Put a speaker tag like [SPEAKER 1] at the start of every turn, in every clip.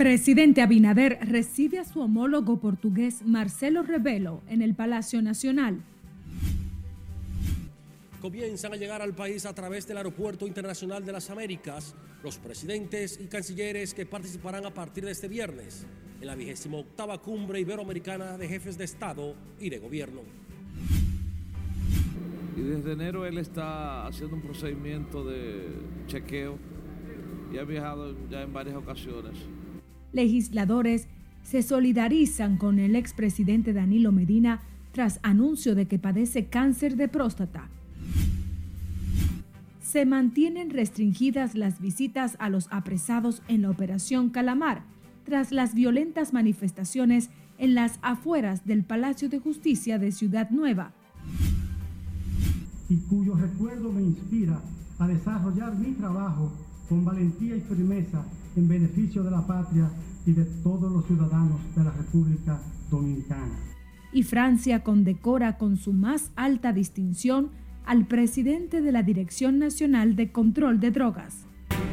[SPEAKER 1] Presidente Abinader recibe a su homólogo portugués Marcelo Rebelo en el Palacio Nacional.
[SPEAKER 2] Comienzan a llegar al país a través del Aeropuerto Internacional de las Américas los presidentes y cancilleres que participarán a partir de este viernes en la 28ª Cumbre Iberoamericana de Jefes de Estado y de Gobierno.
[SPEAKER 3] Y desde enero él está haciendo un procedimiento de chequeo y ha viajado ya en varias ocasiones.
[SPEAKER 1] Legisladores se solidarizan con el expresidente Danilo Medina tras anuncio de que padece cáncer de próstata. Se mantienen restringidas las visitas a los apresados en la Operación Calamar tras las violentas manifestaciones en las afueras del Palacio de Justicia de Ciudad Nueva.
[SPEAKER 4] Y cuyo recuerdo me inspira a desarrollar mi trabajo con valentía y firmeza en beneficio de la patria y de todos los ciudadanos de la República Dominicana.
[SPEAKER 1] Y Francia condecora con su más alta distinción al presidente de la Dirección Nacional de Control de Drogas.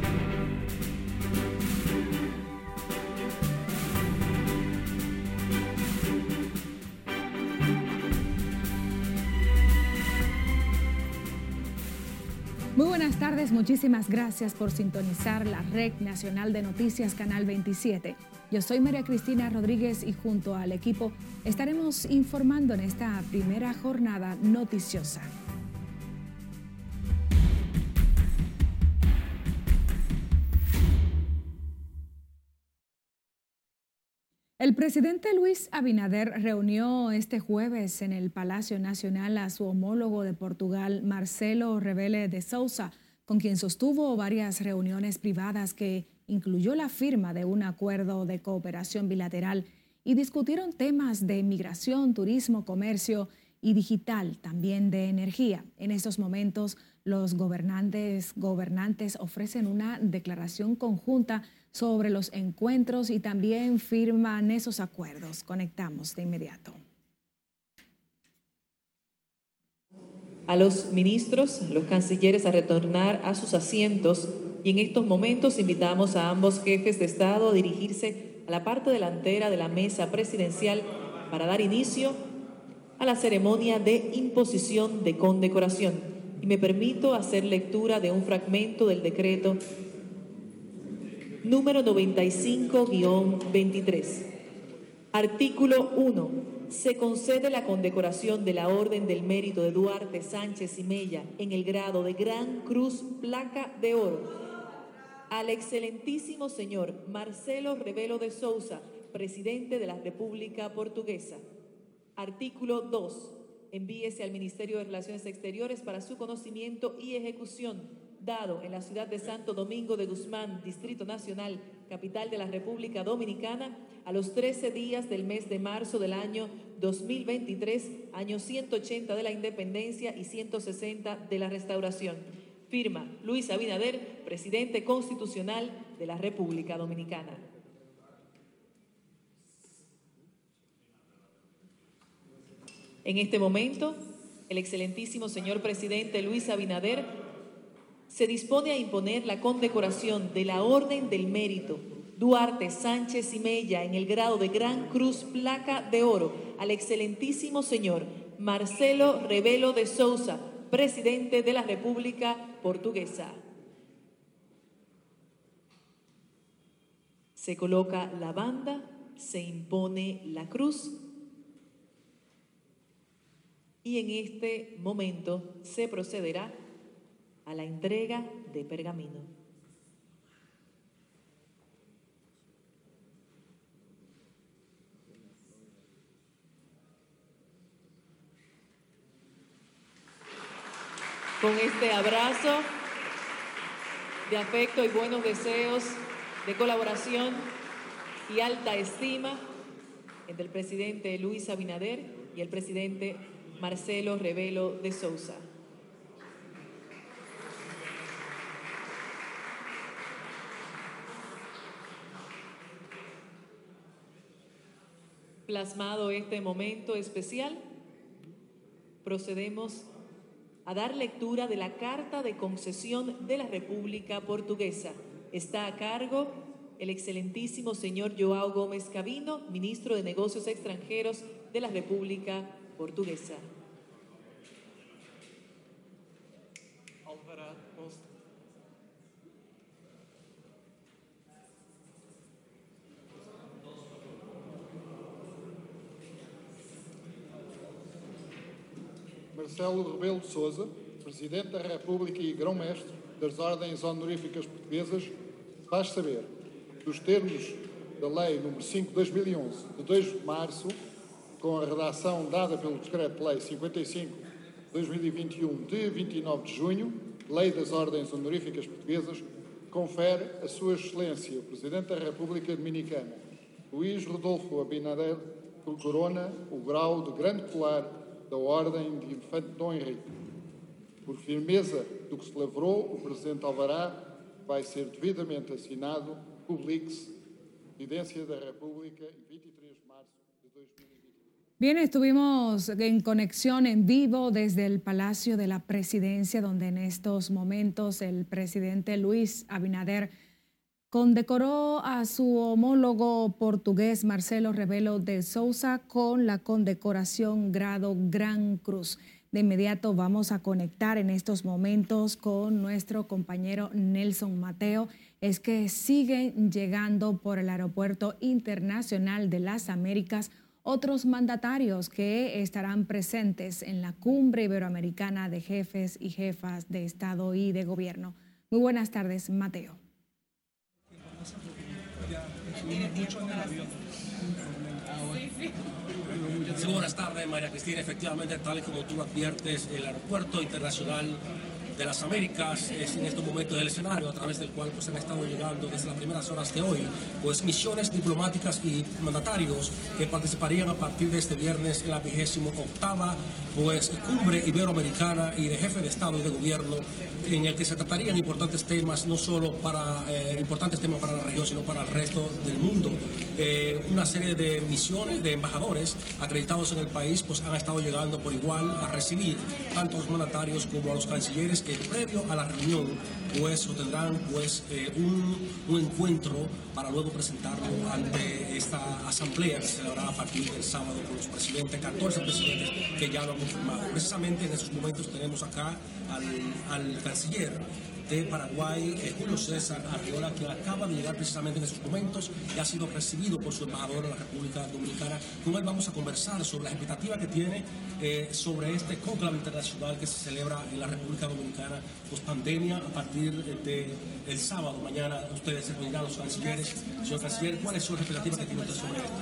[SPEAKER 1] Muy buenas tardes, muchísimas gracias por sintonizar la Red Nacional de Noticias Canal 27. Yo soy María Cristina Rodríguez y junto al equipo estaremos informando en esta primera jornada noticiosa. El presidente Luis Abinader reunió este jueves en el Palacio Nacional a su homólogo de Portugal, Marcelo Rebelo de Sousa, con quien sostuvo varias reuniones privadas que incluyó la firma de un acuerdo de cooperación bilateral y discutieron temas de migración, turismo, comercio y digital, también de energía. En estos momentos, los gobernantes ofrecen una declaración conjunta sobre los encuentros y también firman esos acuerdos. Conectamos de inmediato.
[SPEAKER 5] A los ministros, los cancilleres a retornar a sus asientos y en estos momentos invitamos a ambos jefes de Estado a dirigirse a la parte delantera de la mesa presidencial para dar inicio a la ceremonia de imposición de condecoración. Y me permito hacer lectura de un fragmento del decreto número 95-23. Artículo 1. Se concede la condecoración de la Orden del Mérito de Duarte Sánchez y Mella en el grado de Gran Cruz Placa de Oro al excelentísimo señor Marcelo Rebelo de Sousa, presidente de la República Portuguesa. Artículo 2. Envíese al Ministerio de Relaciones Exteriores para su conocimiento y ejecución, dado en la ciudad de Santo Domingo de Guzmán, Distrito Nacional, capital de la República Dominicana, a los 13 días del mes de marzo del año 2023, año 180 de la Independencia y 160 de la Restauración. Firma Luis Abinader, presidente constitucional de la República Dominicana. En este momento, el excelentísimo señor presidente Luis Abinader se dispone a imponer la condecoración de la Orden del Mérito Duarte Sánchez y Mella en el grado de Gran Cruz Placa de Oro al excelentísimo señor Marcelo Rebelo de Sousa, presidente de la República Portuguesa. Se coloca la banda, se impone la cruz y en este momento se procederá a la entrega de pergamino. Con este abrazo de afecto y buenos deseos, de colaboración y alta estima entre el presidente Luis Abinader y el presidente Marcelo Rebelo de Sousa. Plasmado este momento especial, procedemos a dar lectura de la Carta de Concesión de la República Portuguesa. Está a cargo el excelentísimo señor João Gómez Cavino, ministro de Negocios Extranjeros de la República Portuguesa.
[SPEAKER 6] Marcelo Rebelo de Sousa, Presidente da República e Grão-Mestre das Ordens Honoríficas Portuguesas, faz saber que os termos da Lei nº 5 de 2011, de 2 de março, com a redação dada pelo Decreto-Lei 55 de 2021, de 29 de junho, Lei das Ordens Honoríficas Portuguesas, confere a Sua Excelência, o Presidente da República Dominicana, Luís Rodolfo Abinader Corona, o grau de Grande Colar da Ordem de Infante Dom Henrique. Por firmeza do que se lavrou, o presente alvará vai ser devidamente assinado, publique-se, Presidencia de la República, 23 de marzo de 2020.
[SPEAKER 1] Bien, estuvimos en conexión en vivo desde el Palacio de la Presidencia, donde en estos momentos el presidente Luis Abinader condecoró a su homólogo portugués Marcelo Rebelo de Sousa con la condecoración grado Gran Cruz. De inmediato vamos a conectar en estos momentos con nuestro compañero Nelson Mateo. Es que siguen llegando por el Aeropuerto Internacional de las Américas otros mandatarios que estarán presentes en la Cumbre Iberoamericana de Jefes y Jefas de Estado y de Gobierno. Muy buenas tardes, Mateo.
[SPEAKER 2] Sí, buenas tardes, María Cristina. Efectivamente, tal y como tú adviertes, el Aeropuerto Internacional de las Américas es en estos momentos el escenario a través del cual han estado llegando desde las primeras horas de hoy pues misiones diplomáticas y mandatarios que participarían a partir de este viernes en la 28ª pues Cumbre Iberoamericana y de Jefe de Estado y de Gobierno, en el que se tratarían importantes temas, no solo para importantes temas para la región, sino para el resto del mundo. Una serie de misiones de embajadores acreditados en el país pues han estado llegando por igual a recibir tanto a los mandatarios como a los cancilleres, que previo a la reunión pues tendrán pues un encuentro para luego presentarlo ante esta asamblea que se celebrará a partir del sábado con los presidentes, 14 presidentes que ya lo han confirmado. Precisamente en estos momentos tenemos acá al canciller de Paraguay, Julio César Arriola, que acaba de llegar precisamente en estos momentos y ha sido recibido por su embajador en la República Dominicana. Con él vamos a conversar sobre las expectativas que tiene sobre este cónclave internacional que se celebra en la República Dominicana post pandemia a partir del sábado. Mañana ustedes se reunirán los cancilleres. Señor canciller, ¿cuáles son las expectativas que tiene usted sobre esto?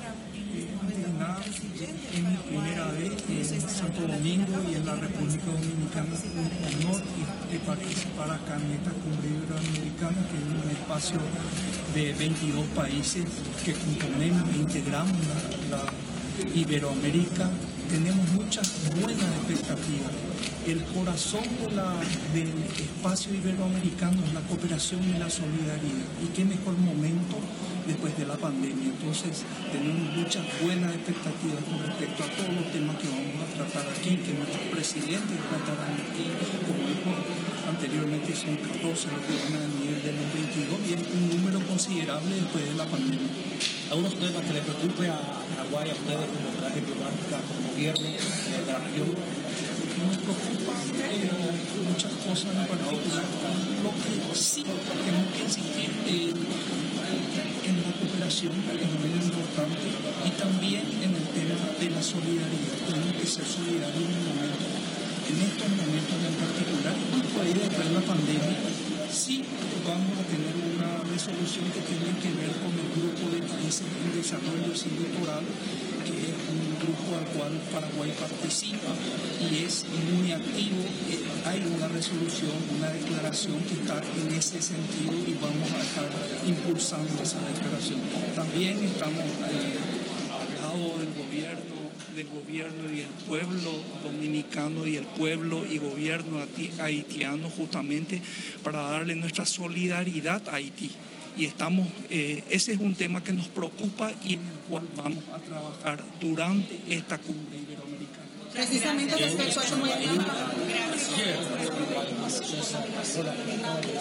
[SPEAKER 7] Es mi primera vez en Santo Domingo y en la República Dominicana. Un honor de participar acá en esta Cumbre Iberoamericana, que es un espacio de 22 países que componemos e integramos la Iberoamérica. Tenemos muchas buenas expectativas. El corazón del espacio iberoamericano es la cooperación y la solidaridad. Y qué mejor momento después de la pandemia. Entonces tenemos muchas buenas expectativas con respecto a todos los temas que vamos a tratar aquí, que nuestros presidentes tratarán aquí, como dijo anteriormente, son 14 los que van a nivel de los 22 y es un número considerable después de la pandemia.
[SPEAKER 2] ¿Algunos temas que le preocupe a Paraguay, a ustedes como autoridad diplomática, como gobierno de la región?
[SPEAKER 7] Nos preocupan muchas cosas en particular. Lo que sí tenemos que insistir en la cooperación, que es muy importante, y también en el tema de la solidaridad. Tenemos que ser solidarios en estos momentos en particular, y por ahí después de la pandemia, sí vamos a tener una resolución que tiene que ver con el grupo de países en desarrollo sin litoral, que es un grupo al cual Paraguay participa y es muy activo. Hay una resolución, una declaración que está en ese sentido y vamos a estar impulsando esa declaración. También estamos al lado del gobierno y el pueblo dominicano y el pueblo y gobierno haitiano, justamente para darle nuestra solidaridad a Haití. Y ese es un tema que nos preocupa y en el cual vamos a trabajar durante esta cumbre iberoamericana.
[SPEAKER 8] Precisamente respecto a ese movimiento.
[SPEAKER 7] César Castro acaba de dar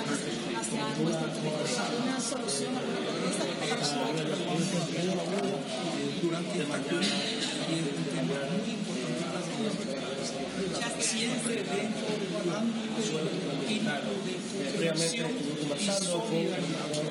[SPEAKER 7] una solución a durante el mañana y es un tema muy importante para nosotros. Siempre dentro del ámbito de cooperación y solidaridad.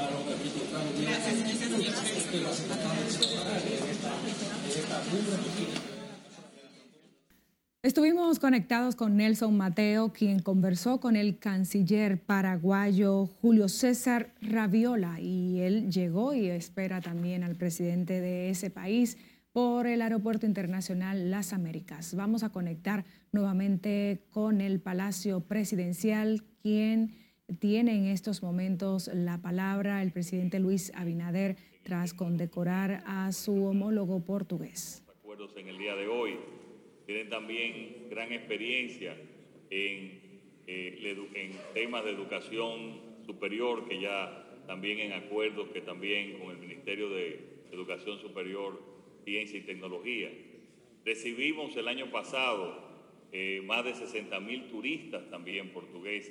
[SPEAKER 1] Estuvimos conectados con Nelson Mateo, quien conversó con el canciller paraguayo Julio César Raviola, y él llegó y espera también al presidente de ese país por el Aeropuerto Internacional Las Américas. Vamos a conectar nuevamente con el Palacio Presidencial, quien tiene en estos momentos la palabra el presidente Luis Abinader tras condecorar a su homólogo portugués.
[SPEAKER 8] Acuerdos en el día de hoy. Tienen también gran experiencia en temas de educación superior, que ya también en acuerdos que también con el Ministerio de Educación Superior, Ciencia y Tecnología. Recibimos el año pasado más de 60.000 turistas también portugueses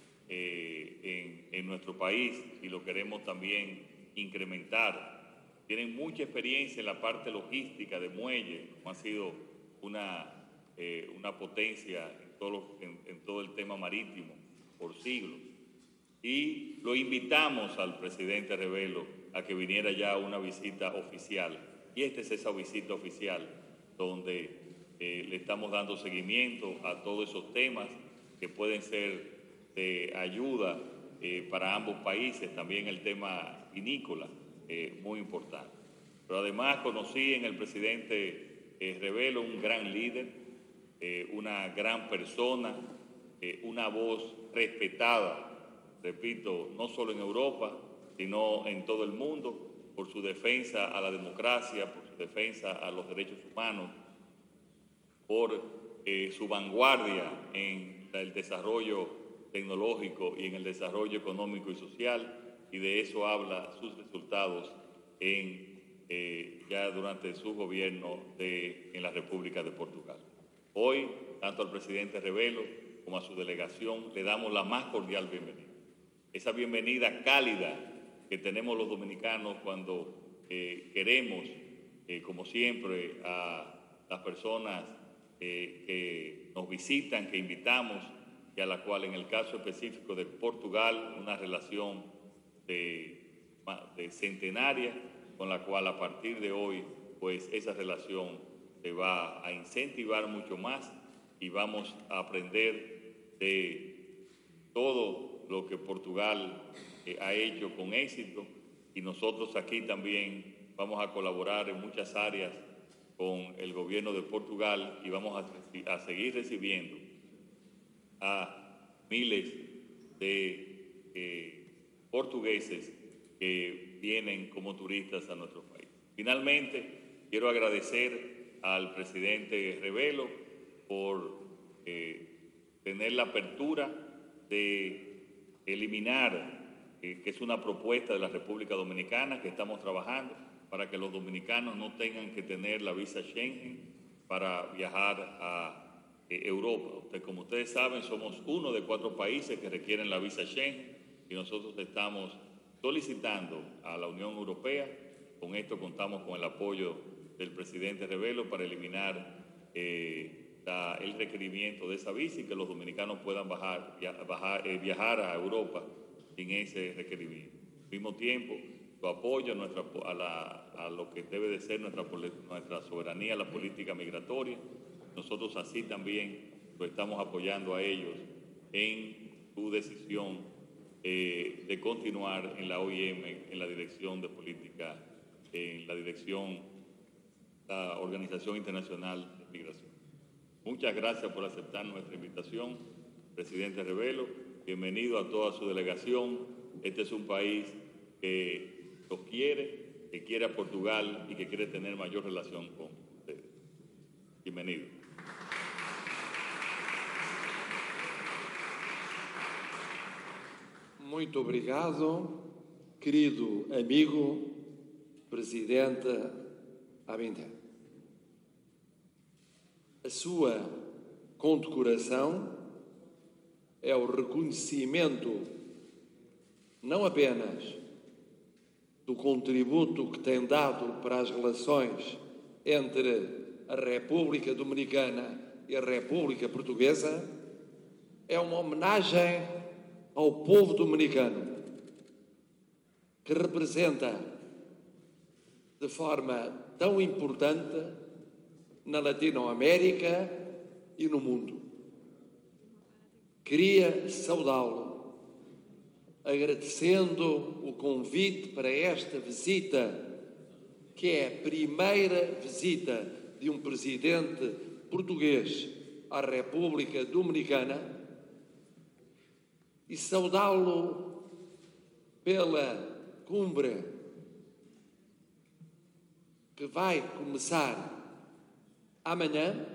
[SPEAKER 8] en nuestro país, y lo queremos también incrementar. Tienen mucha experiencia en la parte logística de muelles, como ha sido una potencia en todo el tema marítimo por siglos. Y lo invitamos al presidente Rebelo a que viniera ya a una visita oficial. Y esta es esa visita oficial donde le estamos dando seguimiento a todos esos temas que pueden ser de ayuda para ambos países. También el tema vinícola, muy importante. Pero además conocí en el presidente Rebelo un gran líder, una gran persona, una voz respetada, repito, no solo en Europa, sino en todo el mundo, por su defensa a la democracia, por su defensa a los derechos humanos, por su vanguardia en el desarrollo tecnológico y en el desarrollo económico y social, y de eso habla sus resultados ya durante su gobierno en la República de Portugal. Hoy, tanto al presidente Rebelo como a su delegación, le damos la más cordial bienvenida. Esa bienvenida cálida que tenemos los dominicanos cuando queremos, como siempre, a las personas que nos visitan, que invitamos, y a la cual, en el caso específico de Portugal, una relación de centenaria, con la cual a partir de hoy, pues esa relación se va a incentivar mucho más y vamos a aprender de todo lo que Portugal ha hecho con éxito, y nosotros aquí también vamos a colaborar en muchas áreas con el gobierno de Portugal, y vamos a seguir recibiendo a miles de portugueses que vienen como turistas a nuestro país. Finalmente, quiero agradecer al presidente Rebelo por tener la apertura de eliminar, que es una propuesta de la República Dominicana que estamos trabajando para que los dominicanos no tengan que tener la visa Schengen para viajar a Europa. Como ustedes saben, somos uno de 4 países que requieren la visa Schengen, y nosotros estamos solicitando a la Unión Europea. Con esto contamos con el apoyo del presidente Rebelo para eliminar el requerimiento de esa visa, y que los dominicanos puedan viajar a Europa sin ese requerimiento. Al mismo tiempo, su apoyo a lo que debe de ser nuestra soberanía, la política migratoria. Nosotros así también lo estamos apoyando a ellos en su decisión de continuar en la OIM, en la dirección de política, en la Organización Internacional de Migración. Muchas gracias por aceptar nuestra invitación, presidente Rebelo. Bienvenido a toda su delegación. Este es un país que los quiere, que quiere a Portugal y que quiere tener mayor relación con ustedes. Bienvenido.
[SPEAKER 9] Muito obrigado, querido amigo presidente Abinader. A sua condecoração é o reconhecimento não apenas do contributo que tem dado para as relações entre a República Dominicana e a República Portuguesa, é uma homenagem ao povo dominicano, que representa de forma tão importante na Latinoamérica e no mundo. Queria saudá-lo, agradecendo o convite para esta visita, que é a primeira visita de um presidente português à República Dominicana, e saudá-lo pela cumbre que vai começar amanhã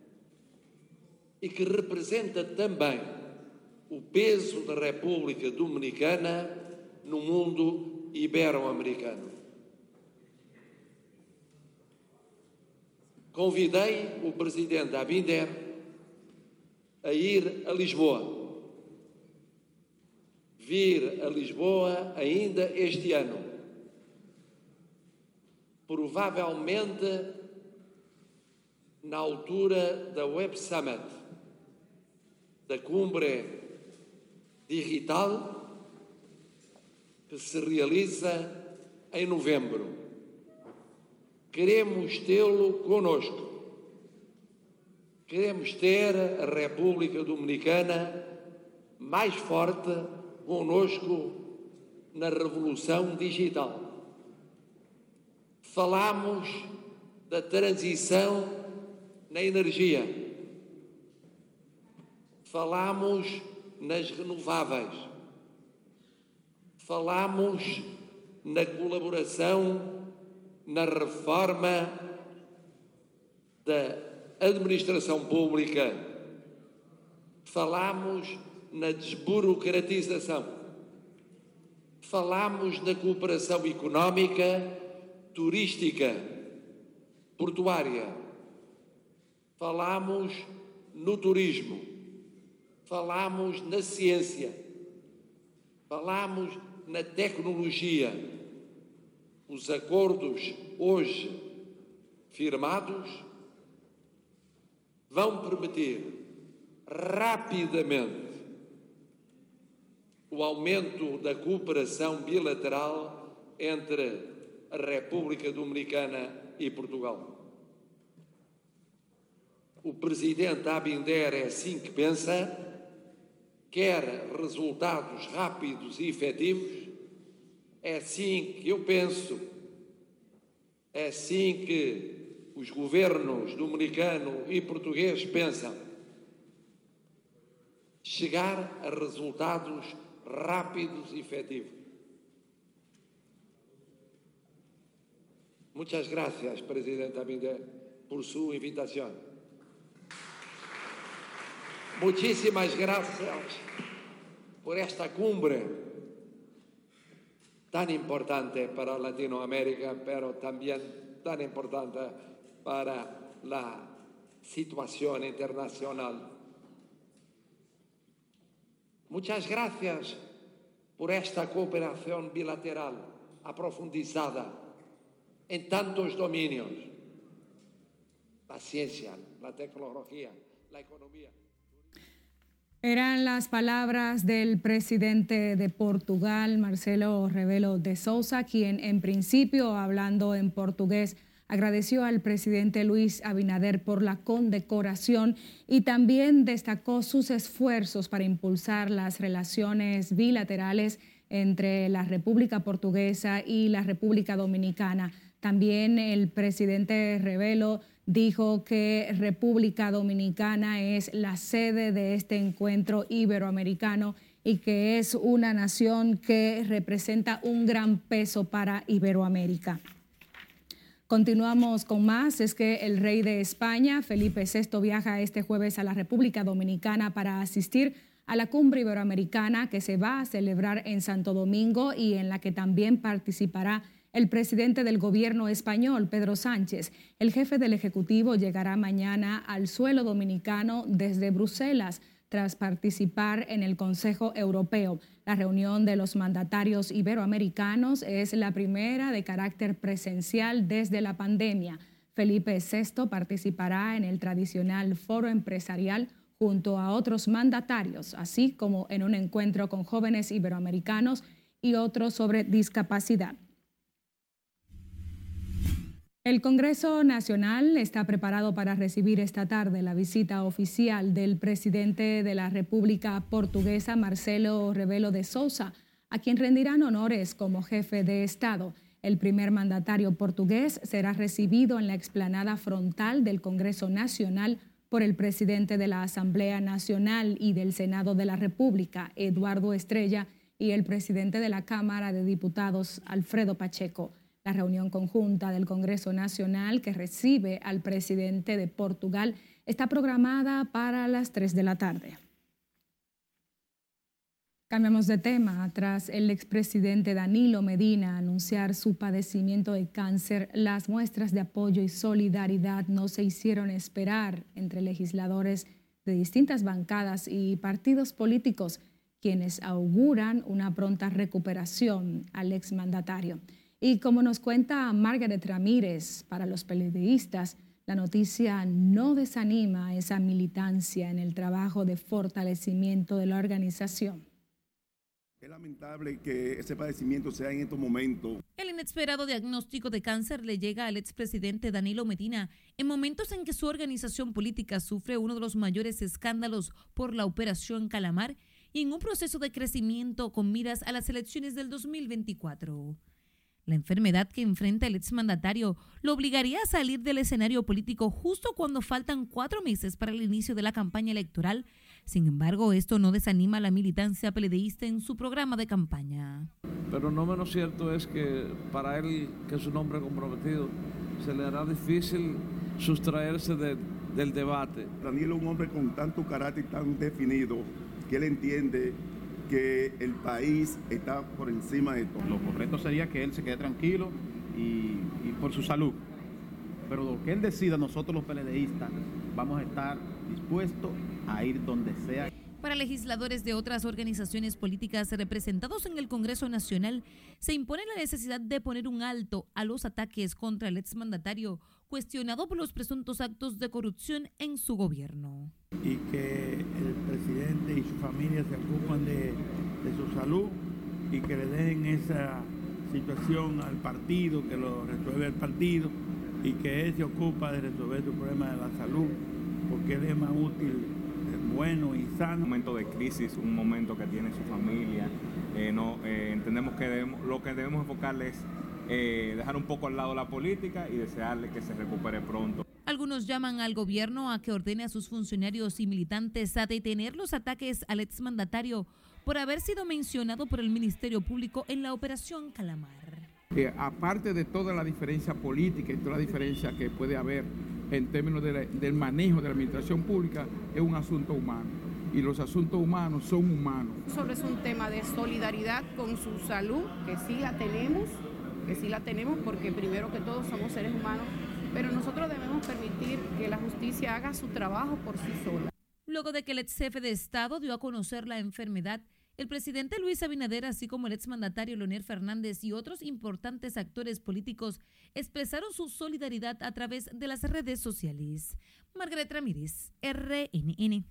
[SPEAKER 9] e que representa também o peso da República Dominicana no mundo ibero-americano. Convidei o presidente Abinader a ir a Lisboa, vir a Lisboa ainda este ano, provavelmente na altura da Web Summit, da cumbre digital que se realiza em novembro. Queremos tê-lo conosco. Queremos ter a República Dominicana mais forte conosco na revolução digital. Falamos da transição na energia. Falamos nas renováveis. Falamos na colaboração na reforma da administração pública. Falamos na desburocratização. Falamos na cooperação económica, turística, portuária. Falamos no turismo. Falamos na ciência. Falamos na tecnologia. Os acordos hoje firmados vão permitir rapidamente o aumento da cooperação bilateral entre a República Dominicana e Portugal. O presidente Abinader é assim que pensa, quer resultados rápidos e efetivos. É assim que eu penso, é assim que os governos dominicano e português pensam. Chegar a resultados rápidos e efetivos. Muchas gracias, presidente Abinader, por su invitación. Muchísimas gracias por esta cumbre tan importante para Latinoamérica, pero también tan importante para la situación internacional. Muchas gracias por esta cooperación bilateral aprofundizada en tantos dominios: la ciencia, la tecnología, la economía.
[SPEAKER 1] Eran las palabras del presidente de Portugal, Marcelo Rebelo de Sousa, quien en principio, hablando en portugués, agradeció al presidente Luis Abinader por la condecoración y también destacó sus esfuerzos para impulsar las relaciones bilaterales entre la República Portuguesa y la República Dominicana. También el presidente Rebelo dijo que República Dominicana es la sede de este encuentro iberoamericano y que es una nación que representa un gran peso para Iberoamérica. Continuamos con más. Es que el rey de España, Felipe VI, viaja este jueves a la República Dominicana para asistir a la cumbre iberoamericana que se va a celebrar en Santo Domingo y en la que también participará el presidente del gobierno español, Pedro Sánchez. El jefe del Ejecutivo llegará mañana al suelo dominicano desde Bruselas. tras participar en el Consejo Europeo. La reunión de los mandatarios iberoamericanos es la primera de carácter presencial desde la pandemia. Felipe VI participará en el tradicional foro empresarial junto a otros mandatarios, así como en un encuentro con jóvenes iberoamericanos y otros sobre discapacidad. El Congreso Nacional está preparado para recibir esta tarde la visita oficial del presidente de la República Portuguesa, Marcelo Rebelo de Sousa, a quien rendirán honores como jefe de Estado. El primer mandatario portugués será recibido en la explanada frontal del Congreso Nacional por el presidente de la Asamblea Nacional y del Senado de la República, Eduardo Estrella, y el presidente de la Cámara de Diputados, Alfredo Pacheco. La reunión conjunta del Congreso Nacional que recibe al presidente de Portugal está programada para las 3 de la tarde. Cambiamos de tema. Tras el expresidente Danilo Medina anunciar su padecimiento de cáncer, las muestras de apoyo y solidaridad no se hicieron esperar entre legisladores de distintas bancadas y partidos políticos, quienes auguran una pronta recuperación al exmandatario. Y como nos cuenta Margaret Ramírez, para los peledeístas, la noticia no desanima esa militancia en el trabajo de fortalecimiento de la organización.
[SPEAKER 10] Es lamentable que ese padecimiento sea en estos momentos.
[SPEAKER 11] El inesperado diagnóstico de cáncer le llega al expresidente Danilo Medina en momentos en que su organización política sufre uno de los mayores escándalos por la Operación Calamar y en un proceso de crecimiento con miras a las elecciones del 2024. La enfermedad que enfrenta el exmandatario lo obligaría a salir del escenario político justo cuando faltan 4 meses para el inicio de la campaña electoral. Sin embargo, esto no desanima a la militancia peledeísta en su programa de campaña.
[SPEAKER 3] Pero no menos cierto es que para él, que es un hombre comprometido, se le hará difícil sustraerse del debate.
[SPEAKER 10] Danilo es un hombre con tanto carácter tan definido que él entiende que el país está por encima de todo.
[SPEAKER 12] Lo correcto sería que él se quede tranquilo y por su salud. Pero lo que él decida, nosotros los peledeístas vamos a estar dispuestos a ir donde sea.
[SPEAKER 11] Para legisladores de otras organizaciones políticas representados en el Congreso Nacional, se impone la necesidad de poner un alto a los ataques contra el exmandatario, cuestionado por los presuntos actos de corrupción en su gobierno.
[SPEAKER 13] Y que el presidente y su familia se ocupan de su salud y que le den esa situación al partido, que lo resuelve el partido y que él se ocupa de resolver su problema de la salud, porque él es más útil, bueno y sano.
[SPEAKER 14] Un momento de crisis, un momento que tiene su familia, entendemos que lo que debemos enfocarle es dejar un poco al lado la política y desearle que se recupere pronto.
[SPEAKER 11] Algunos llaman al gobierno a que ordene a sus funcionarios y militantes a detener los ataques al exmandatario por haber sido mencionado por el Ministerio Público en la Operación Calamar.
[SPEAKER 15] Aparte de toda la diferencia política y toda la diferencia que puede haber en términos del manejo de la administración pública, es un asunto humano. Y los asuntos humanos son humanos.
[SPEAKER 16] Solo es un tema de solidaridad con su salud, que sí la tenemos porque primero que todo somos seres humanos, pero nosotros debemos permitir que la justicia haga su trabajo por sí sola.
[SPEAKER 11] Luego de que el ex jefe de Estado dio a conocer la enfermedad, el presidente Luis Abinader, así como el exmandatario Leonel Fernández y otros importantes actores políticos, expresaron su solidaridad a través de las redes sociales. Margaret Ramírez, RNN.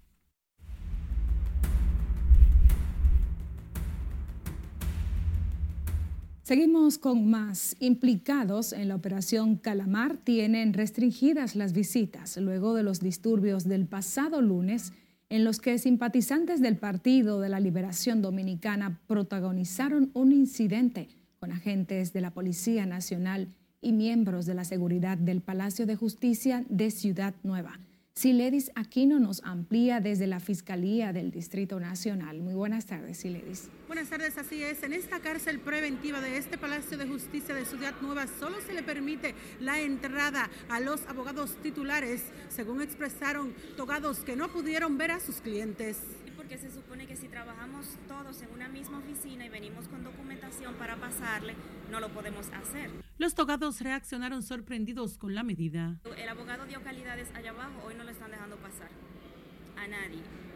[SPEAKER 1] Seguimos con más. Implicados en la Operación Calamar tienen restringidas las visitas luego de los disturbios del pasado lunes en los que simpatizantes del Partido de la Liberación Dominicana protagonizaron un incidente con agentes de la Policía Nacional y miembros de la seguridad del Palacio de Justicia de Ciudad Nueva. Siledis Aquino nos amplía desde la Fiscalía del Distrito Nacional. Muy buenas tardes, Siledis.
[SPEAKER 17] Buenas tardes, así es. En esta cárcel preventiva de este Palacio de Justicia de Ciudad Nueva solo se le permite la entrada a los abogados titulares, según expresaron togados que no pudieron ver a sus clientes.
[SPEAKER 18] Porque se supone que si trabajamos todos en una misma oficina y venimos con documentación para pasarle, no lo podemos hacer.
[SPEAKER 17] Los togados reaccionaron sorprendidos con la medida.
[SPEAKER 18] El abogado dio calidades allá abajo, hoy no lo están dejando pasar a nadie.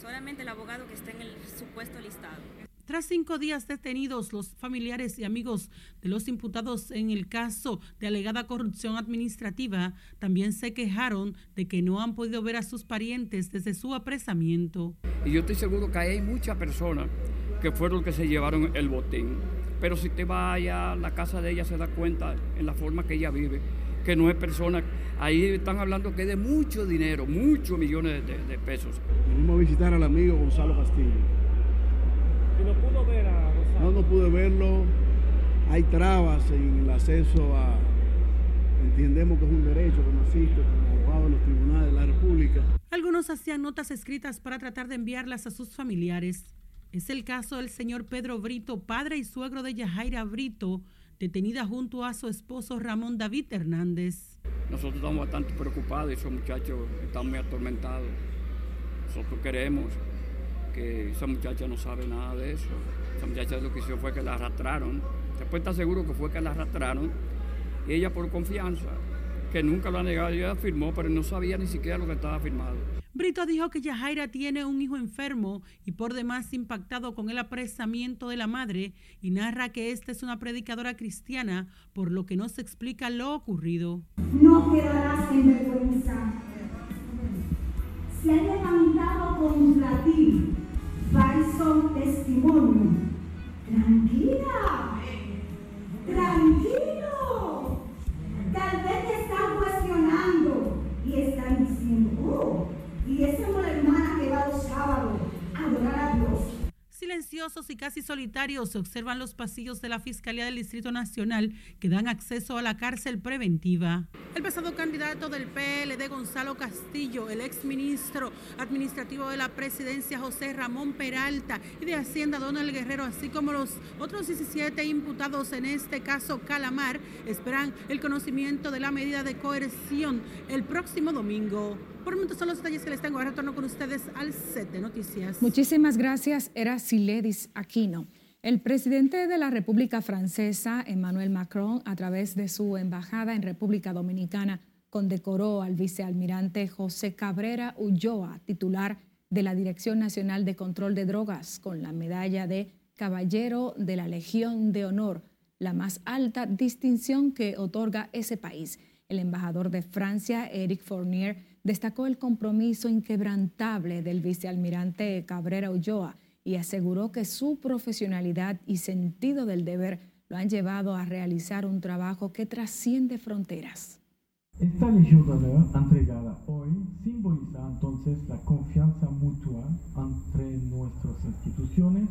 [SPEAKER 18] solamente el abogado que esté en el supuesto listado.
[SPEAKER 17] Tras 5 días detenidos, los familiares y amigos de los imputados en el caso de alegada corrupción administrativa también se quejaron de que no han podido ver a sus parientes desde su apresamiento.
[SPEAKER 19] Y yo estoy seguro que hay muchas personas que fueron los que se llevaron el botín. Pero si te va allá a la casa de ella, se da cuenta en la forma que ella vive, que no es persona. Ahí están hablando que es de mucho dinero, muchos millones de pesos.
[SPEAKER 20] Venimos a visitar al amigo Gonzalo Castillo.
[SPEAKER 21] ¿Y no pudo ver a Gonzalo?
[SPEAKER 20] No pude verlo. Hay trabas en el acceso a... Entendemos que es un derecho que no asiste como abogado en los tribunales de la República.
[SPEAKER 17] Algunos hacían notas escritas para tratar de enviarlas a sus familiares. Es el caso del señor Pedro Brito, padre y suegro de Yajaira Brito, detenida junto a su esposo Ramón David Hernández.
[SPEAKER 19] Nosotros estamos bastante preocupados y esos muchachos están muy atormentados. Nosotros queremos que esa muchacha no sabe nada de eso. Esa muchacha lo que hizo fue que la arrastraron. Después está seguro que fue que la arrastraron y ella por confianza, que nunca lo ha negado, ella firmó, pero no sabía ni siquiera lo que estaba firmado.
[SPEAKER 17] Brito dijo que Yajaira tiene un hijo enfermo y por demás impactado con el apresamiento de la madre y narra que esta es una predicadora cristiana, por lo que no se explica lo ocurrido.
[SPEAKER 22] No quedarás en vergüenza. Se ha levantado contra ti falso testimonio. Tranquila, tranquilo. Tal vez te están cuestionando y están diciendo, y esa es una hermana que va los sábados a adorar a Dios.
[SPEAKER 17] Silenciosos y casi solitarios se observan los pasillos de la Fiscalía del Distrito Nacional que dan acceso a la cárcel preventiva. El pasado candidato del PLD, Gonzalo Castillo, el exministro administrativo de la presidencia, José Ramón Peralta, y de Hacienda, Donald Guerrero, así como los otros 17 imputados en este caso Calamar, esperan el conocimiento de la medida de coerción el próximo domingo. Por el momento son los detalles que les tengo. Ahora retorno con ustedes al set de noticias.
[SPEAKER 1] Muchísimas gracias. Era Siledis Aquino. El presidente de la República Francesa, Emmanuel Macron, a través de su embajada en República Dominicana, condecoró al vicealmirante José Cabrera Ulloa, titular de la Dirección Nacional de Control de Drogas, con la medalla de Caballero de la Legión de Honor, la más alta distinción que otorga ese país. El embajador de Francia, Eric Fournier, destacó el compromiso inquebrantable del vicealmirante Cabrera Ulloa y aseguró que su profesionalidad y sentido del deber lo han llevado a realizar un trabajo que trasciende fronteras.
[SPEAKER 23] Esta Legión de Honor entregada hoy simboliza entonces la confianza mutua entre nuestras instituciones,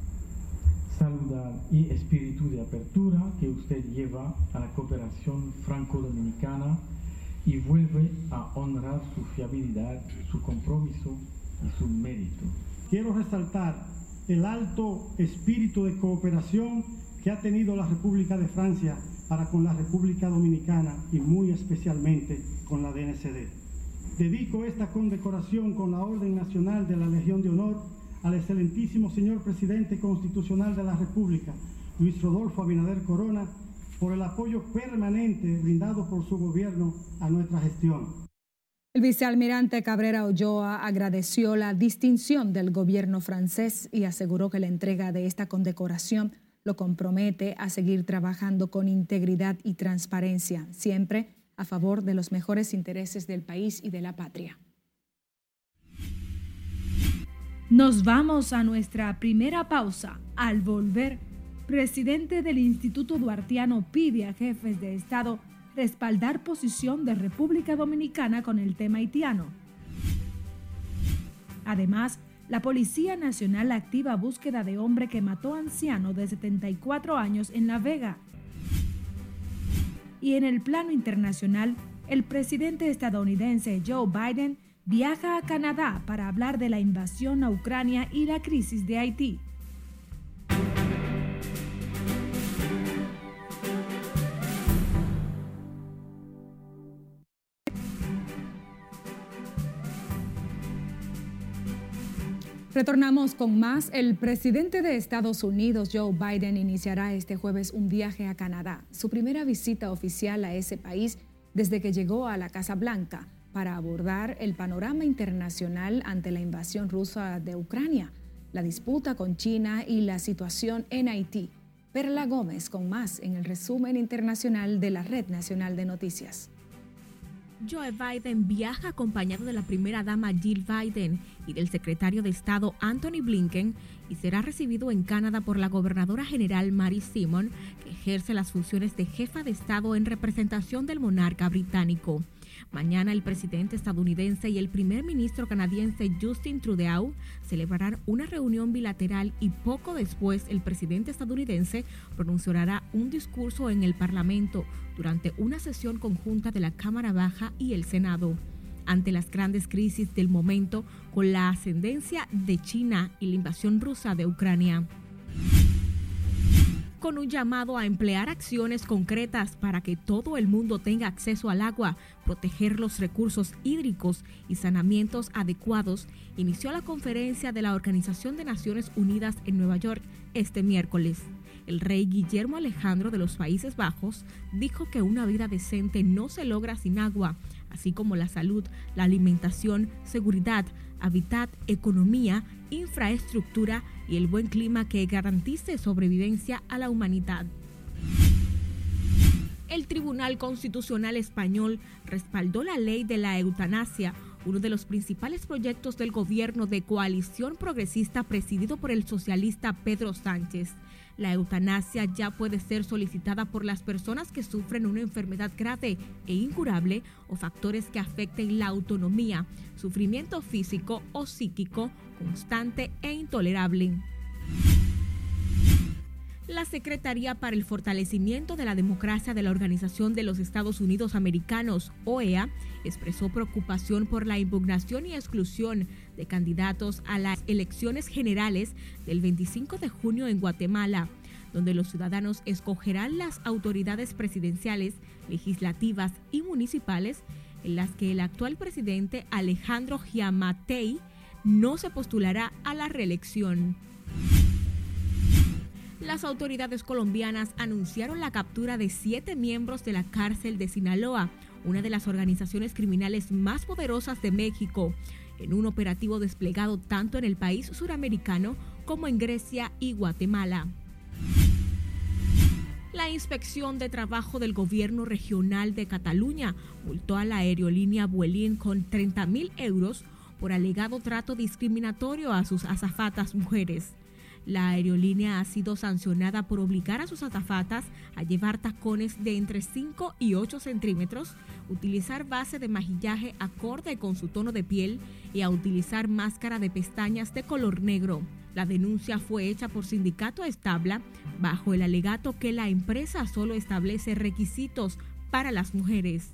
[SPEAKER 23] saludar y espíritu de apertura que usted lleva a la cooperación franco-dominicana y vuelve a honrar su fiabilidad, su compromiso y su mérito.
[SPEAKER 4] Quiero resaltar el alto espíritu de cooperación que ha tenido la República de Francia para con la República Dominicana y muy especialmente con la DNCD. Dedico esta condecoración con la Orden Nacional de la Legión de Honor al excelentísimo señor Presidente Constitucional de la República, Luis Rodolfo Abinader Corona, por el apoyo permanente brindado por su gobierno a nuestra gestión.
[SPEAKER 1] El vicealmirante Cabrera Ulloa agradeció la distinción del gobierno francés y aseguró que la entrega de esta condecoración lo compromete a seguir trabajando con integridad y transparencia, siempre a favor de los mejores intereses del país y de la patria.
[SPEAKER 24] Nos vamos a nuestra primera pausa. Al volver, presidente del Instituto Duartiano pide a jefes de Estado respaldar posición de República Dominicana con el tema haitiano. Además, la Policía Nacional activa búsqueda de hombre que mató a anciano de 74 años en La Vega. Y en el plano internacional, el presidente estadounidense Joe Biden viaja a Canadá para hablar de la invasión a Ucrania y la crisis de Haití.
[SPEAKER 1] Retornamos con más. El presidente de Estados Unidos, Joe Biden, iniciará este jueves un viaje a Canadá, su primera visita oficial a ese país desde que llegó a la Casa Blanca. para abordar el panorama internacional ante la invasión rusa de Ucrania, la disputa con China y la situación en Haití. Perla Gómez con más en el resumen internacional de la Red Nacional de Noticias.
[SPEAKER 2] Joe Biden viaja acompañado de la primera dama Jill Biden y del secretario de Estado Anthony Blinken y será recibido en Canadá por la gobernadora general Mary Simon, que ejerce las funciones de jefa de Estado en representación del monarca británico. Mañana el presidente estadounidense y el primer ministro canadiense Justin Trudeau celebrarán una reunión bilateral y poco después el presidente estadounidense pronunciará un discurso en el Parlamento durante una sesión conjunta de la Cámara Baja y el Senado. Ante las grandes crisis del momento con la ascendencia de China y la invasión rusa de Ucrania. Con un llamado a emplear acciones concretas para que todo el mundo tenga acceso al agua, proteger los recursos hídricos y saneamientos adecuados, inició la conferencia de la Organización de Naciones Unidas en Nueva York este miércoles. El rey Guillermo Alejandro de los Países Bajos dijo que una vida decente no se logra sin agua, así como la salud, la alimentación, seguridad, hábitat, economía, infraestructura y el buen clima que garantice sobrevivencia a la humanidad. El Tribunal Constitucional Español respaldó la ley de la eutanasia, uno de los principales proyectos del gobierno de coalición progresista presidido por el socialista Pedro Sánchez. La eutanasia ya puede ser solicitada por las personas que sufren una enfermedad grave e incurable o factores que afecten la autonomía, sufrimiento físico o psíquico constante e intolerable. La Secretaría para el Fortalecimiento de la Democracia de la Organización de los Estados Unidos Americanos, OEA, expresó preocupación por la impugnación y exclusión de candidatos a las elecciones generales del 25 de junio en Guatemala, donde los ciudadanos escogerán las autoridades presidenciales, legislativas y municipales, en las que el actual presidente Alejandro Giammattei no se postulará a la reelección. Las autoridades colombianas anunciaron la captura de 7 miembros de la cárcel de Sinaloa, una de las organizaciones criminales más poderosas de México, en un operativo desplegado tanto en el país suramericano como en Grecia y Guatemala. La Inspección de Trabajo del Gobierno Regional de Cataluña multó a la aerolínea Vueling con 30.000 euros por alegado trato discriminatorio a sus azafatas mujeres. La aerolínea ha sido sancionada por obligar a sus azafatas a llevar tacones de entre 5 y 8 centímetros, utilizar base de maquillaje acorde con su tono de piel y a utilizar máscara de pestañas de color negro. La denuncia fue hecha por Sindicato Establa bajo el alegato que la empresa solo establece requisitos para las mujeres.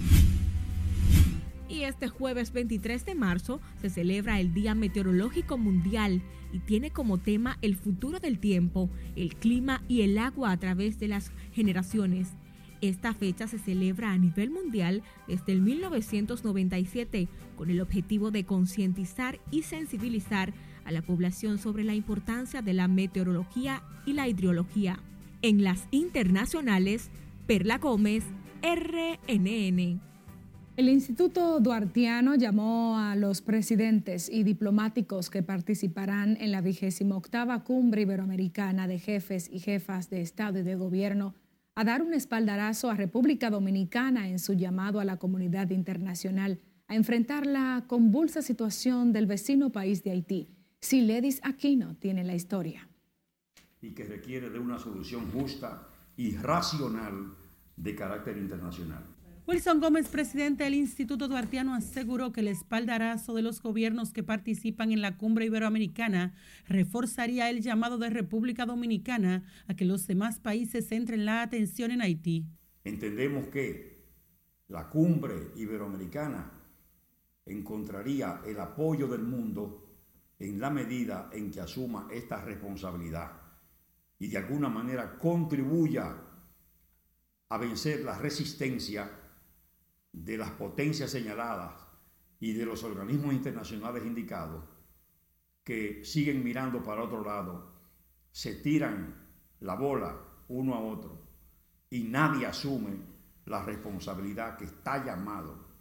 [SPEAKER 2] Y este jueves 23 de marzo se celebra el Día Meteorológico Mundial y tiene como tema el futuro del tiempo, el clima y el agua a través de las generaciones. Esta fecha se celebra a nivel mundial desde el 1997 con el objetivo de concientizar y sensibilizar a la población sobre la importancia de la meteorología y la hidrología. En las internacionales, Perla Gómez, RNN.
[SPEAKER 1] El Instituto Duartiano llamó a los presidentes y diplomáticos que participarán en la 28ª Cumbre Iberoamericana de Jefes y Jefas de Estado y de Gobierno a dar un espaldarazo a República Dominicana en su llamado a la comunidad internacional a enfrentar la convulsa situación del vecino país de Haití. Siledis Aquino tiene la historia.
[SPEAKER 5] Y que requiere de una solución justa y racional de carácter internacional.
[SPEAKER 17] Wilson Gómez, presidente del Instituto Duartiano, aseguró que el espaldarazo de los gobiernos que participan en la Cumbre Iberoamericana reforzaría el llamado de República Dominicana a que los demás países centren la atención en Haití.
[SPEAKER 5] Entendemos que la Cumbre Iberoamericana encontraría el apoyo del mundo en la medida en que asuma esta responsabilidad y de alguna manera contribuya a vencer la resistencia de las potencias señaladas y de los organismos internacionales indicados que siguen mirando para otro lado, se tiran la bola uno a otro y nadie asume la responsabilidad que está llamado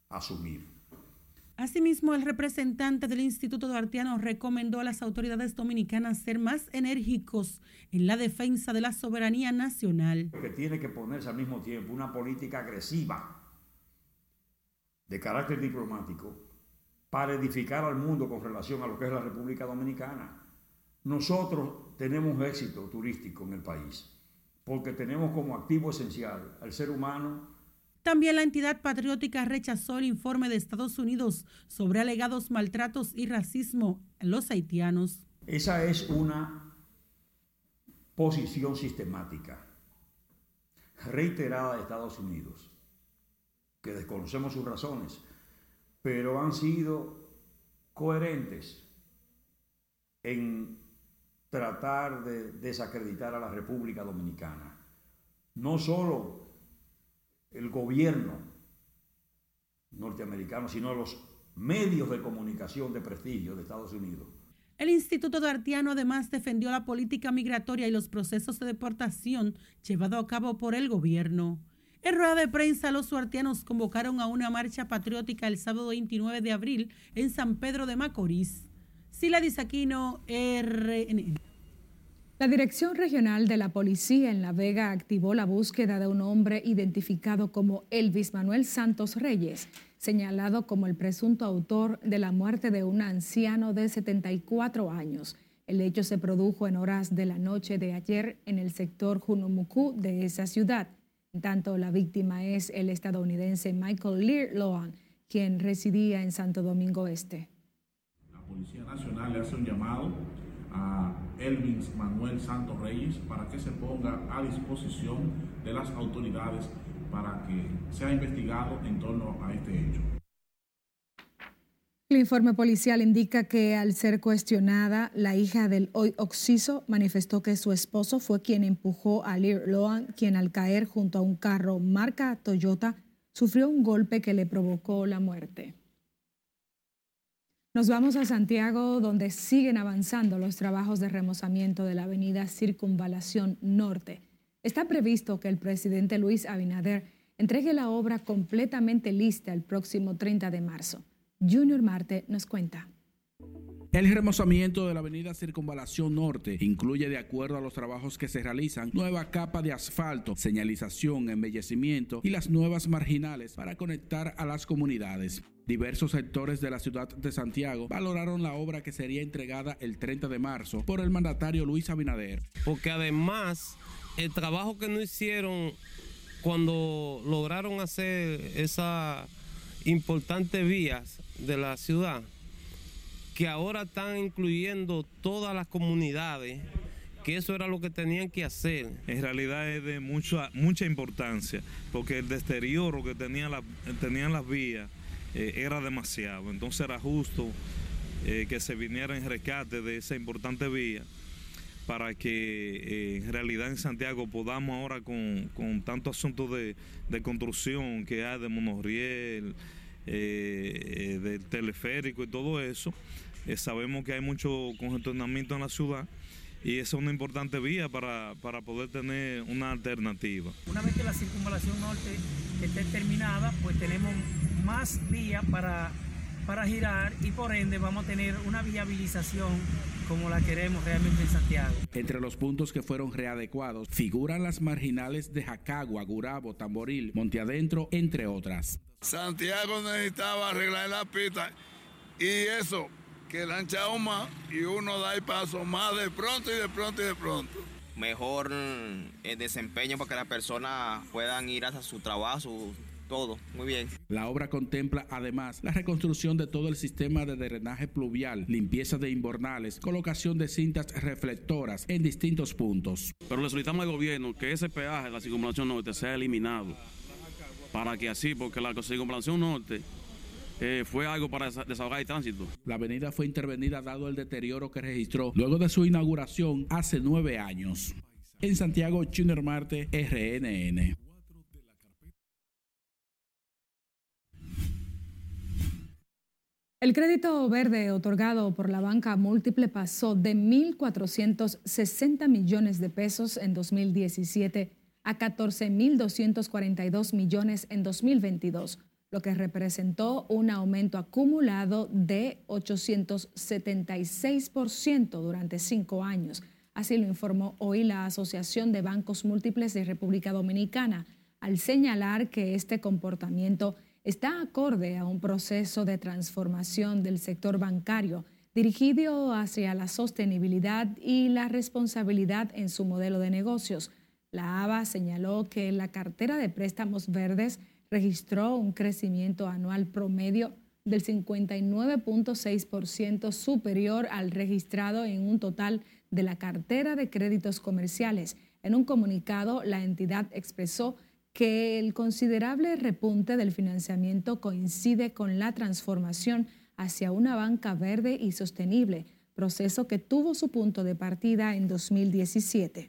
[SPEAKER 5] asumir.
[SPEAKER 17] Asimismo, el representante del Instituto Duartiano recomendó a las autoridades dominicanas ser más enérgicos en la defensa de la soberanía nacional.
[SPEAKER 5] Que tiene que ponerse al mismo tiempo una política agresiva de carácter diplomático para edificar al mundo con relación a lo que es la República Dominicana. Nosotros tenemos éxito turístico en el país porque tenemos como activo esencial al ser humano.
[SPEAKER 17] También la entidad patriótica rechazó el informe de Estados Unidos sobre alegados maltratos y racismo a los haitianos.
[SPEAKER 5] Esa es una posición sistemática, reiterada de Estados Unidos, que desconocemos sus razones, pero han sido coherentes en tratar de desacreditar a la República Dominicana. No solo el gobierno norteamericano, sino los medios de comunicación de prestigio de Estados Unidos.
[SPEAKER 17] El Instituto Duartiano además defendió la política migratoria y los procesos de deportación llevados a cabo por el gobierno. En rueda de prensa, los duartianos convocaron a una marcha patriótica el sábado 29 de abril en San Pedro de Macorís. Siladis Aquino, RNN.
[SPEAKER 1] La Dirección Regional de la Policía en La Vega activó la búsqueda de un hombre identificado como Elvis Manuel Santos Reyes, señalado como el presunto autor de la muerte de un anciano de 74 años. El hecho se produjo en horas de la noche de ayer en el sector Junumucú de esa ciudad. En tanto, la víctima es el estadounidense Michael Lear Lohan, quien residía en Santo Domingo Este.
[SPEAKER 6] La Policía Nacional le hace un llamado a Elvis Manuel Santos Reyes para que se ponga a disposición de las autoridades para que sea investigado en torno a este hecho.
[SPEAKER 1] El informe policial indica que al ser cuestionada, la hija del hoy occiso manifestó que su esposo fue quien empujó a Lear Lohan, quien al caer junto a un carro marca Toyota sufrió un golpe que le provocó la muerte. Nos vamos a Santiago, donde siguen avanzando los trabajos de remozamiento de la avenida Circunvalación Norte. Está previsto que el presidente Luis Abinader entregue la obra completamente lista el próximo 30 de marzo. Junior Marte nos cuenta.
[SPEAKER 7] El remozamiento de la avenida Circunvalación Norte incluye, de acuerdo a los trabajos que se realizan, nueva capa de asfalto, señalización, embellecimiento y las nuevas marginales para conectar a las comunidades. Diversos sectores de la ciudad de Santiago valoraron la obra que sería entregada el 30 de marzo por el mandatario Luis Abinader.
[SPEAKER 8] Porque además, el trabajo que no hicieron cuando lograron hacer esas importantes vías de la ciudad, que ahora están incluyendo todas las comunidades, que eso era lo que tenían que hacer.
[SPEAKER 9] En realidad es de mucha importancia, porque el deterioro que tenían las vías era demasiado. Entonces era justo que se viniera en rescate de esa importante vía para que en realidad en Santiago podamos ahora con tantos asuntos de construcción que hay, de monorriel, del teleférico y todo eso, sabemos que hay mucho congestionamiento en la ciudad y esa es una importante vía para poder tener una alternativa.
[SPEAKER 25] Una vez que la Circunvalación Norte esté terminada, pues tenemos más vías para girar y por ende vamos a tener una viabilización como la queremos realmente en Santiago.
[SPEAKER 7] Entre los puntos que fueron readecuados figuran las marginales de Jacagua, Gurabo, Tamboril, Monteadentro, entre otras.
[SPEAKER 26] Santiago necesitaba arreglar la pista y eso, que la anchado más y uno da el paso más de pronto y de pronto y de pronto.
[SPEAKER 27] Mejor desempeño para que las personas puedan ir a su trabajo, todo, muy bien.
[SPEAKER 7] La obra contempla además la reconstrucción de todo el sistema de drenaje pluvial, limpieza de invernales, colocación de cintas reflectoras en distintos puntos.
[SPEAKER 28] Pero le solicitamos al gobierno que ese peaje de la Circunvalación Norte sea eliminado, para que así, porque la Circunvalación Norte fue algo para desahogar el tránsito.
[SPEAKER 7] La avenida fue intervenida dado el deterioro que registró luego de su inauguración hace 9 años. En Santiago, Junior Marte, RNN.
[SPEAKER 1] El crédito verde otorgado por la banca múltiple pasó de 1.460 millones de pesos en 2017 a 14.242 millones en 2022, lo que representó un aumento acumulado de 876% durante 5 años. Así lo informó hoy la Asociación de Bancos Múltiples de República Dominicana, al señalar que este comportamiento está acorde a un proceso de transformación del sector bancario dirigido hacia la sostenibilidad y la responsabilidad en su modelo de negocios. La ABA señaló que la cartera de préstamos verdes registró un crecimiento anual promedio del 59.6% superior al registrado en un total de la cartera de créditos comerciales. En un comunicado, la entidad expresó que el considerable repunte del financiamiento coincide con la transformación hacia una banca verde y sostenible, proceso que tuvo su punto de partida en 2017.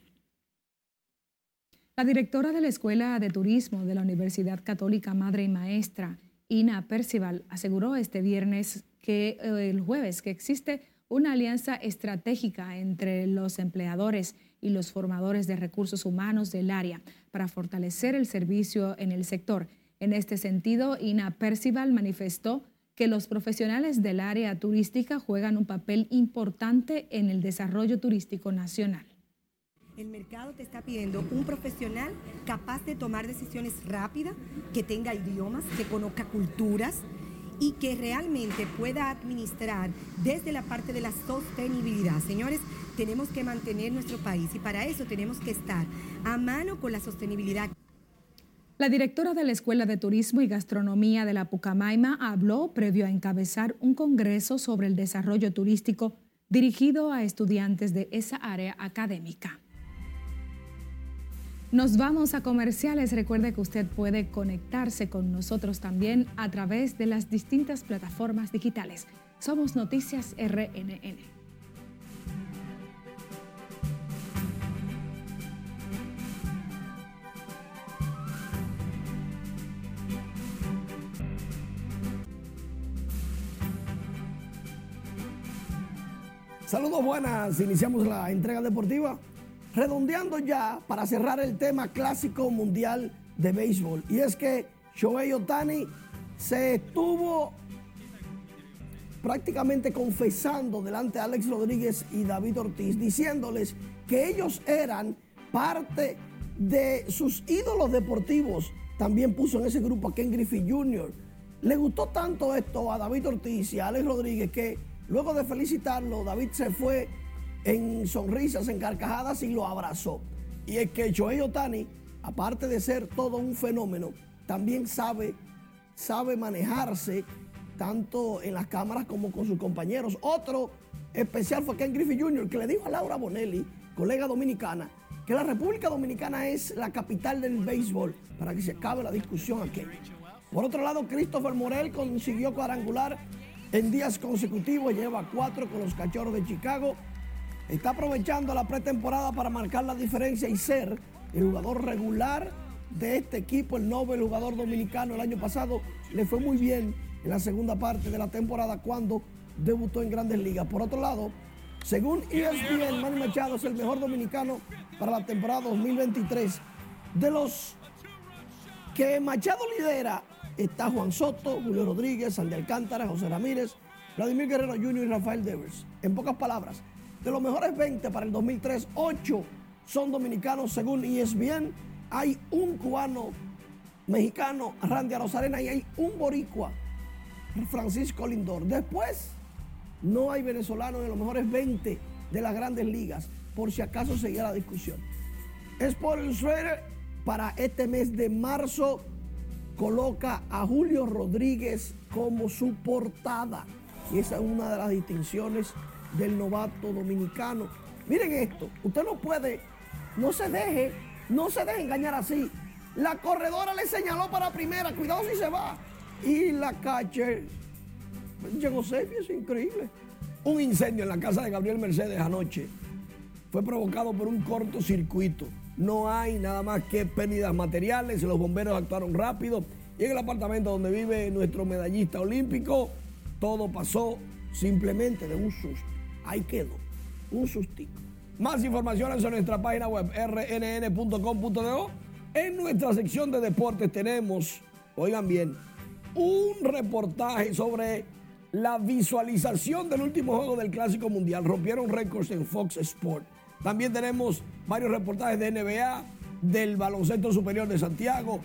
[SPEAKER 1] La directora de la Escuela de Turismo de la Universidad Católica Madre y Maestra, Ina Percival, aseguró este jueves que existe una alianza estratégica entre los empleadores y los formadores de recursos humanos del área para fortalecer el servicio en el sector. En este sentido, Ina Percival manifestó que los profesionales del área turística juegan un papel importante en el desarrollo turístico nacional.
[SPEAKER 3] El mercado te está pidiendo un profesional capaz de tomar decisiones rápidas, que tenga idiomas, que conozca culturas y que realmente pueda administrar desde la parte de la sostenibilidad. Señores, tenemos que mantener nuestro país y para eso tenemos que estar a mano con la sostenibilidad.
[SPEAKER 1] La directora de la Escuela de Turismo y Gastronomía de la Pucamaima habló previo a encabezar un congreso sobre el desarrollo turístico dirigido a estudiantes de esa área académica. Nos vamos a comerciales. Recuerde que usted puede conectarse con nosotros también a través de las distintas plataformas digitales. Somos Noticias RNN.
[SPEAKER 10] Saludos, buenas. Iniciamos la entrega deportiva. Redondeando ya para cerrar el tema clásico mundial de béisbol. Y es que Shohei Ohtani se estuvo prácticamente confesando delante de Alex Rodríguez y David Ortiz, diciéndoles que ellos eran parte de sus ídolos deportivos. También puso en ese grupo a Ken Griffey Jr. Le gustó tanto esto a David Ortiz y a Alex Rodríguez que luego de felicitarlo, David se fue en sonrisas, en carcajadas y lo abrazó. Y es que Shohei Ohtani, aparte de ser todo un fenómeno, también sabe manejarse tanto en las cámaras como con sus compañeros. Otro especial fue Ken Griffey Jr., que le dijo a Laura Bonelli, colega dominicana, que la República Dominicana es la capital del béisbol, para que se acabe la discusión aquí. Por otro lado, Christopher Morel consiguió cuadrangular en días consecutivos, lleva 4 con los Cachorros de Chicago. Está aprovechando la pretemporada para marcar la diferencia y ser el jugador regular de este equipo. El Nobel jugador dominicano el año pasado le fue muy bien en la segunda parte de la temporada cuando debutó en Grandes Ligas. Por otro lado, según ESPN, Manny Machado es el mejor dominicano para la temporada 2023. De los que Machado lidera está Juan Soto, Julio Rodríguez, Sandy Alcántara, José Ramírez, Vladimir Guerrero Jr. y Rafael Devers. En pocas palabras, de los mejores 20 para el 2003, 8 son dominicanos según ESPN. Hay un cubano mexicano, Randy Arozarena, y hay un boricua, Francisco Lindor. Después, no hay venezolanos en los mejores 20 de las Grandes Ligas, por si acaso seguía la discusión. Sports Illustrated para este mes de marzo coloca a Julio Rodríguez como su portada. Y esa es una de las distinciones del novato dominicano. Miren esto, usted no se deje engañar así. La corredora le señaló para primera, cuidado si se va. Y la catcher llegó safe, es increíble. Un incendio en la casa de Gabriel Mercedes anoche fue provocado por un cortocircuito. No hay nada más que pérdidas materiales, los bomberos actuaron rápido y en el apartamento donde vive nuestro medallista olímpico, todo pasó simplemente de un susto. Ahí quedó, un sustico. Más informaciones en nuestra página web rnn.com.do. En nuestra sección de deportes tenemos, oigan bien, un reportaje sobre la visualización del último juego del Clásico Mundial. Rompieron récords en Fox Sports. También tenemos varios reportajes de NBA, del baloncesto superior de Santiago.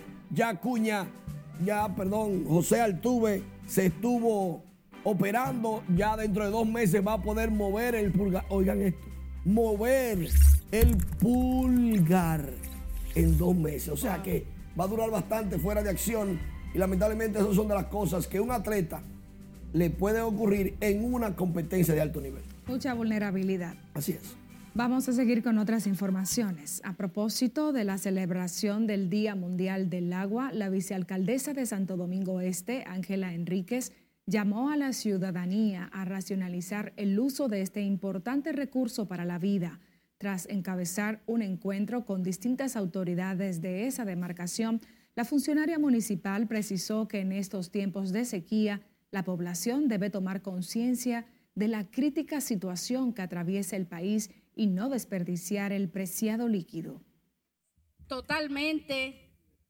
[SPEAKER 10] José Altuve se estuvo operando. Ya dentro de 2 meses va a poder mover el pulgar. Oigan esto, mover el pulgar en 2 meses. O sea que va a durar bastante fuera de acción. Y lamentablemente esas son de las cosas que a un atleta le puede ocurrir en una competencia de alto nivel.
[SPEAKER 1] Mucha vulnerabilidad.
[SPEAKER 10] Así es.
[SPEAKER 1] Vamos a seguir con otras informaciones. A propósito de la celebración del Día Mundial del Agua, la vicealcaldesa de Santo Domingo Este, Ángela Enríquez, llamó a la ciudadanía a racionalizar el uso de este importante recurso para la vida. Tras encabezar un encuentro con distintas autoridades de esa demarcación, la funcionaria municipal precisó que en estos tiempos de sequía, la población debe tomar conciencia de la crítica situación que atraviesa el país y no desperdiciar el preciado líquido.
[SPEAKER 11] Totalmente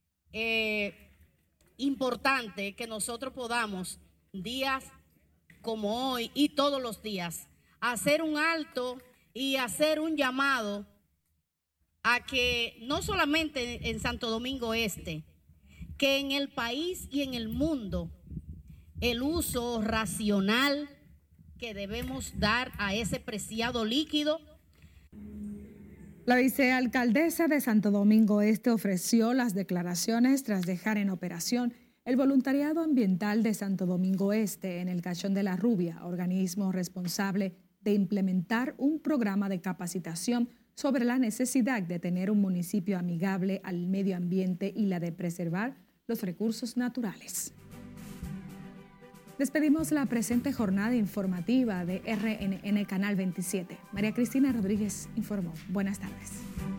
[SPEAKER 11] importante que nosotros podamos, días como hoy y todos los días, hacer un alto y hacer un llamado a que no solamente en Santo Domingo Este, que en el país y en el mundo el uso racional que debemos dar a ese preciado líquido.
[SPEAKER 1] La vicealcaldesa de Santo Domingo Este ofreció las declaraciones tras dejar en operación el voluntariado ambiental de Santo Domingo Este en el Cachón de la Rubia, organismo responsable de implementar un programa de capacitación sobre la necesidad de tener un municipio amigable al medio ambiente y la de preservar los recursos naturales. Despedimos la presente jornada informativa de RNN Canal 27. María Cristina Rodríguez informó. Buenas tardes.